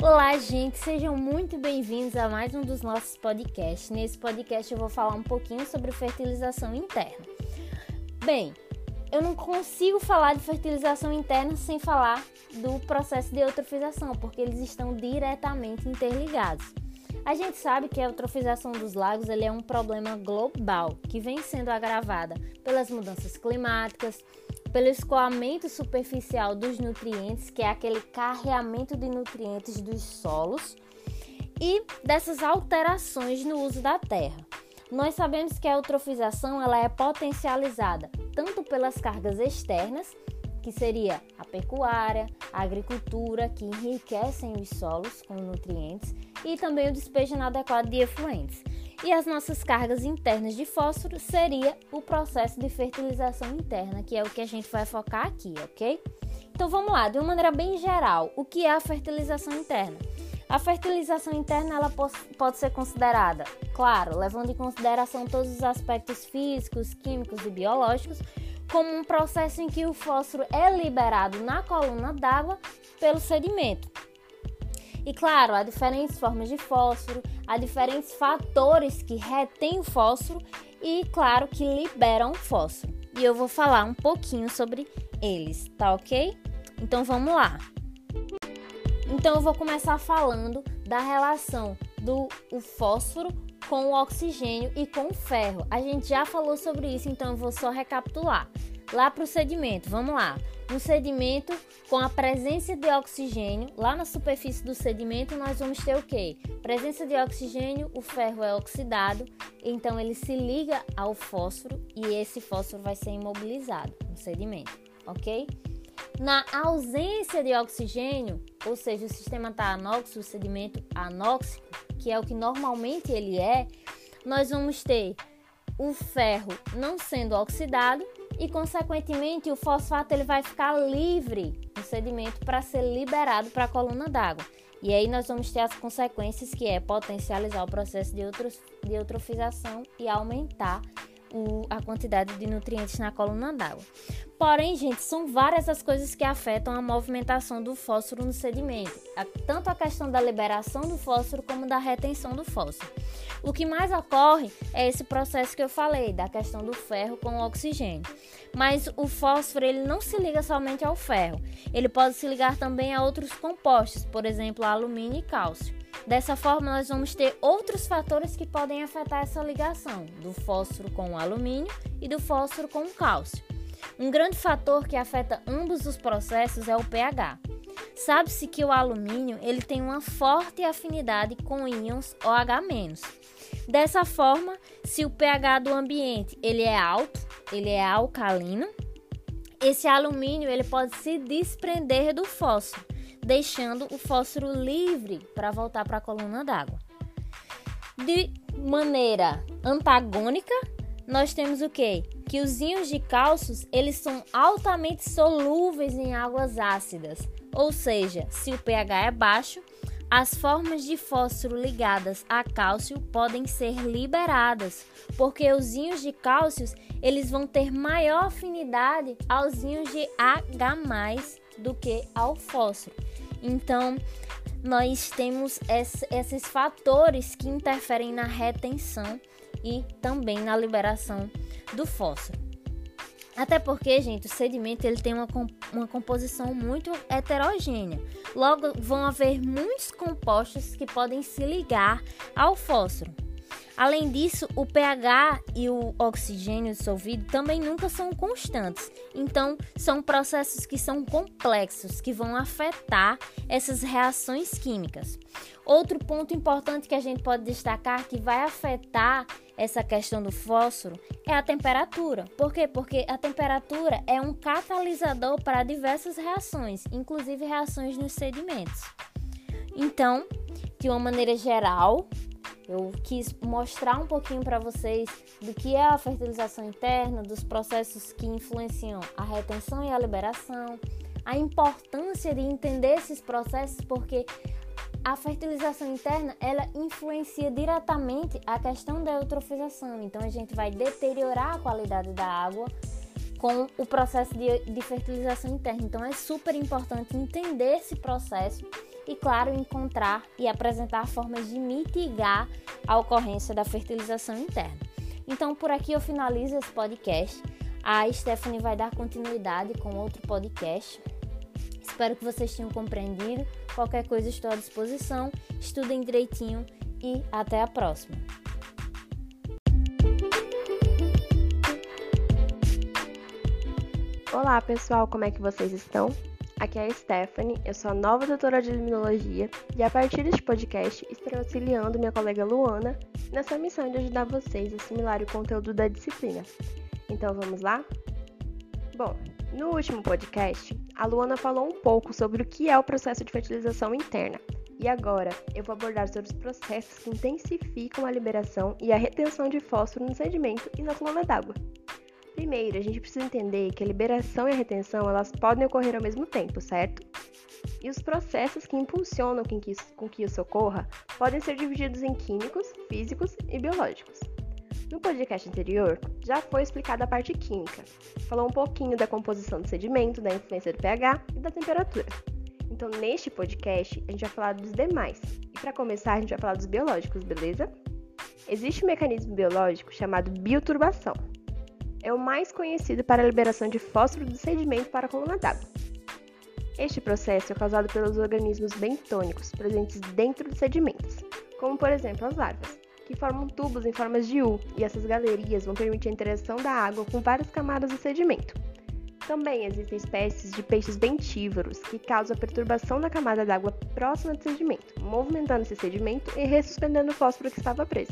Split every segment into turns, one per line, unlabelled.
Olá, gente! Sejam muito bem-vindos a mais um dos nossos podcasts. Nesse podcast eu vou falar um pouquinho sobre fertilização interna. Bem, eu não consigo falar de fertilização interna sem falar do processo de eutrofização, porque eles estão diretamente interligados. A gente sabe que a eutrofização dos lagos é um problema global, que vem sendo agravada pelas mudanças climáticas, pelo escoamento superficial dos nutrientes, que é aquele carreamento de nutrientes dos solos, e dessas alterações no uso da terra. Nós sabemos que a eutrofização ela é potencializada tanto pelas cargas externas, que seria a pecuária, a agricultura, que enriquecem os solos com nutrientes, e também o despejo inadequado de efluentes. E as nossas cargas internas de fósforo seria o processo de fertilização interna, que é o que a gente vai focar aqui, ok? Então vamos lá, de uma maneira bem geral, o que é a fertilização interna? A fertilização interna ela pode ser considerada, claro, levando em consideração todos os aspectos físicos, químicos e biológicos, como um processo em que o fósforo é liberado na coluna d'água pelo sedimento. E claro, há diferentes formas de fósforo, há diferentes fatores que retêm o fósforo e, claro, que liberam o fósforo. E eu vou falar um pouquinho sobre eles, tá ok? Então vamos lá. Então eu vou começar falando da relação do fósforo com o oxigênio e com o ferro. A gente já falou sobre isso, então eu vou só recapitular. Lá para o sedimento, vamos lá. No sedimento, com a presença de oxigênio, lá na superfície do sedimento, nós vamos ter o quê? Presença de oxigênio, o ferro é oxidado, então ele se liga ao fósforo e esse fósforo vai ser imobilizado no sedimento, ok? Na ausência de oxigênio, ou seja, o sistema está anóxico, o sedimento anóxico, que é o que normalmente ele é, nós vamos ter o ferro não sendo oxidado e, consequentemente, o fosfato ele vai ficar livre no sedimento para ser liberado para a coluna d'água. E aí nós vamos ter as consequências, que é potencializar o processo de eutrofização e aumentar a quantidade de nutrientes na coluna d'água. Porém, gente, são várias as coisas que afetam a movimentação do fósforo no sedimento, tanto a questão da liberação do fósforo como da retenção do fósforo. O que mais ocorre é esse processo que eu falei, da questão do ferro com o oxigênio. Mas o fósforo ele não se liga somente ao ferro, ele pode se ligar também a outros compostos, por exemplo, alumínio e cálcio. Dessa forma, nós vamos ter outros fatores que podem afetar essa ligação do fósforo com o alumínio e do fósforo com o cálcio. Um grande fator que afeta ambos os processos é o pH. Sabe-se que o alumínio ele tem uma forte afinidade com íons OH-. Dessa forma, se o pH do ambiente ele é alto, ele é alcalino, esse alumínio ele pode se desprender do fósforo, deixando o fósforo livre para voltar para a coluna d'água. De maneira antagônica, nós temos o quê? Que os íons de cálcio eles são altamente solúveis em águas ácidas, ou seja, se o pH é baixo, as formas de fósforo ligadas a cálcio podem ser liberadas, porque os íons de cálcio eles vão ter maior afinidade aos íons de H+ do que ao fósforo. Então, nós temos esses fatores que interferem na retenção e também na liberação do fósforo. Até porque, gente, o sedimento ele tem uma composição muito heterogênea. Logo, vão haver muitos compostos que podem se ligar ao fósforo. Além disso, o pH e o oxigênio dissolvido também nunca são constantes. Então, são processos que são complexos, que vão afetar essas reações químicas. Outro ponto importante que a gente pode destacar que vai afetar essa questão do fósforo é a temperatura. Por quê? Porque a temperatura é um catalisador para diversas reações, inclusive reações nos sedimentos. Então, de uma maneira geral, eu quis mostrar um pouquinho para vocês do que é a fertilização interna, dos processos que influenciam a retenção e a liberação, a importância de entender esses processos, porque a fertilização interna, ela influencia diretamente a questão da eutrofização. Então, a gente vai deteriorar a qualidade da água com o processo de fertilização interna. Então, é super importante entender esse processo e, claro, encontrar e apresentar formas de mitigar a ocorrência da fertilização interna. Então, por aqui eu finalizo esse podcast. A Stephanie vai dar continuidade com outro podcast. Espero que vocês tenham compreendido. Qualquer coisa estou à disposição. Estudem direitinho e até a próxima.
Olá pessoal, como é que vocês estão? Aqui é a Stephanie, eu sou a nova doutora de Limnologia e a partir deste podcast estarei auxiliando minha colega Luana nessa missão de ajudar vocês a assimilar o conteúdo da disciplina. Então vamos lá? Bom, no último podcast, a Luana falou um pouco sobre o que é o processo de fertilização interna e agora eu vou abordar sobre os processos que intensificam a liberação e a retenção de fósforo no sedimento e na coluna d'água. Primeiro, a gente precisa entender que a liberação e a retenção elas podem ocorrer ao mesmo tempo, certo? E os processos que impulsionam com que isso ocorra podem ser divididos em químicos, físicos e biológicos. No podcast anterior, já foi explicada a parte química. Falou um pouquinho da composição do sedimento, da influência do pH e da temperatura. Então, neste podcast, a gente vai falar dos demais. E para começar, a gente vai falar dos biológicos, beleza? Existe um mecanismo biológico chamado bioturbação. É o mais conhecido para a liberação de fósforo do sedimento para a coluna d'água. Este processo é causado pelos organismos bentônicos presentes dentro dos sedimentos, como por exemplo as larvas, que formam tubos em formas de U, e essas galerias vão permitir a interação da água com várias camadas do sedimento. Também existem espécies de peixes bentívoros que causam a perturbação da camada d'água próxima do sedimento, movimentando esse sedimento e ressuspendendo o fósforo que estava preso.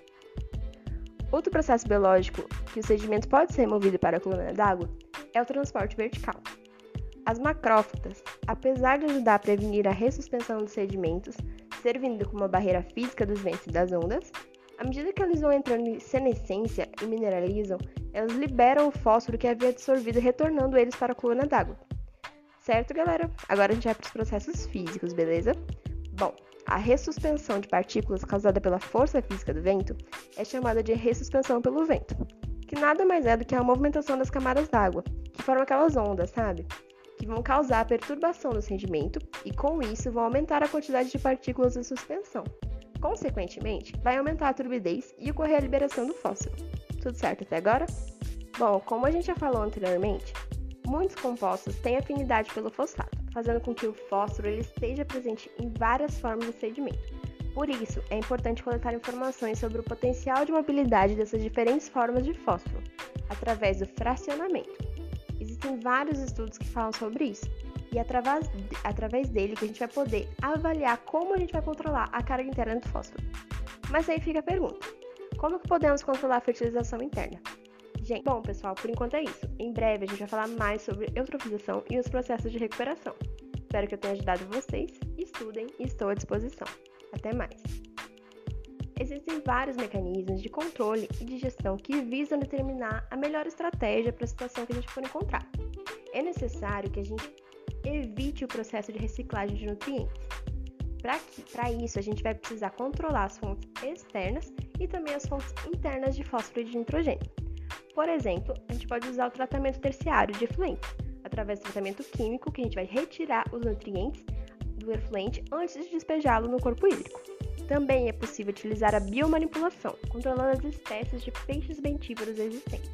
Outro processo biológico que o sedimento pode ser movido para a coluna d'água é o transporte vertical. As macrófitas, apesar de ajudar a prevenir a ressuspensão dos sedimentos, servindo como uma barreira física dos ventos e das ondas, à medida que eles vão entrando em senescência e mineralizam, elas liberam o fósforo que havia absorvido, retornando eles para a coluna d'água. Certo, galera? Agora a gente vai para os processos físicos, beleza? Bom, a ressuspensão de partículas causada pela força física do vento é chamada de ressuspensão pelo vento, que nada mais é do que a movimentação das camadas d'água, que formam aquelas ondas, sabe? Que vão causar a perturbação do sedimento e, com isso, vão aumentar a quantidade de partículas de suspensão. Consequentemente, vai aumentar a turbidez e ocorrer a liberação do fósforo. Tudo certo até agora? Bom, como a gente já falou anteriormente, muitos compostos têm afinidade pelo fosfato, fazendo com que o fósforo ele esteja presente em várias formas do sedimento. Por isso, é importante coletar informações sobre o potencial de mobilidade dessas diferentes formas de fósforo, através do fracionamento. Existem vários estudos que falam sobre isso, e é através dele que a gente vai poder avaliar como a gente vai controlar a carga interna do fósforo. Mas aí fica a pergunta, como que podemos controlar a fertilização interna? Gente, bom pessoal, por enquanto é isso. Em breve a gente vai falar mais sobre eutrofização e os processos de recuperação. Espero que eu tenha ajudado vocês. Estudem e estou à disposição. Até mais! Existem vários mecanismos de controle e de gestão que visam determinar a melhor estratégia para a situação que a gente for encontrar. É necessário que a gente evite o processo de reciclagem de nutrientes. Para isso, a gente vai precisar controlar as fontes externas e também as fontes internas de fósforo e de nitrogênio. Por exemplo, a gente pode usar o tratamento terciário de efluentes, através do tratamento químico, que a gente vai retirar os nutrientes do efluente antes de despejá-lo no corpo hídrico. Também é possível utilizar a biomanipulação, controlando as espécies de peixes bentívoros existentes.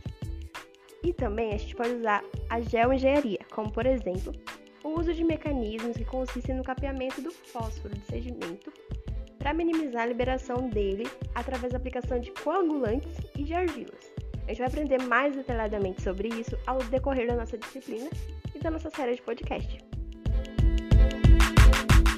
E também a gente pode usar a geoengenharia, como por exemplo, o uso de mecanismos que consistem no capeamento do fósforo do sedimento para minimizar a liberação dele através da aplicação de coagulantes e de argilas. A gente vai aprender mais detalhadamente sobre isso ao decorrer da nossa disciplina e da nossa série de podcast.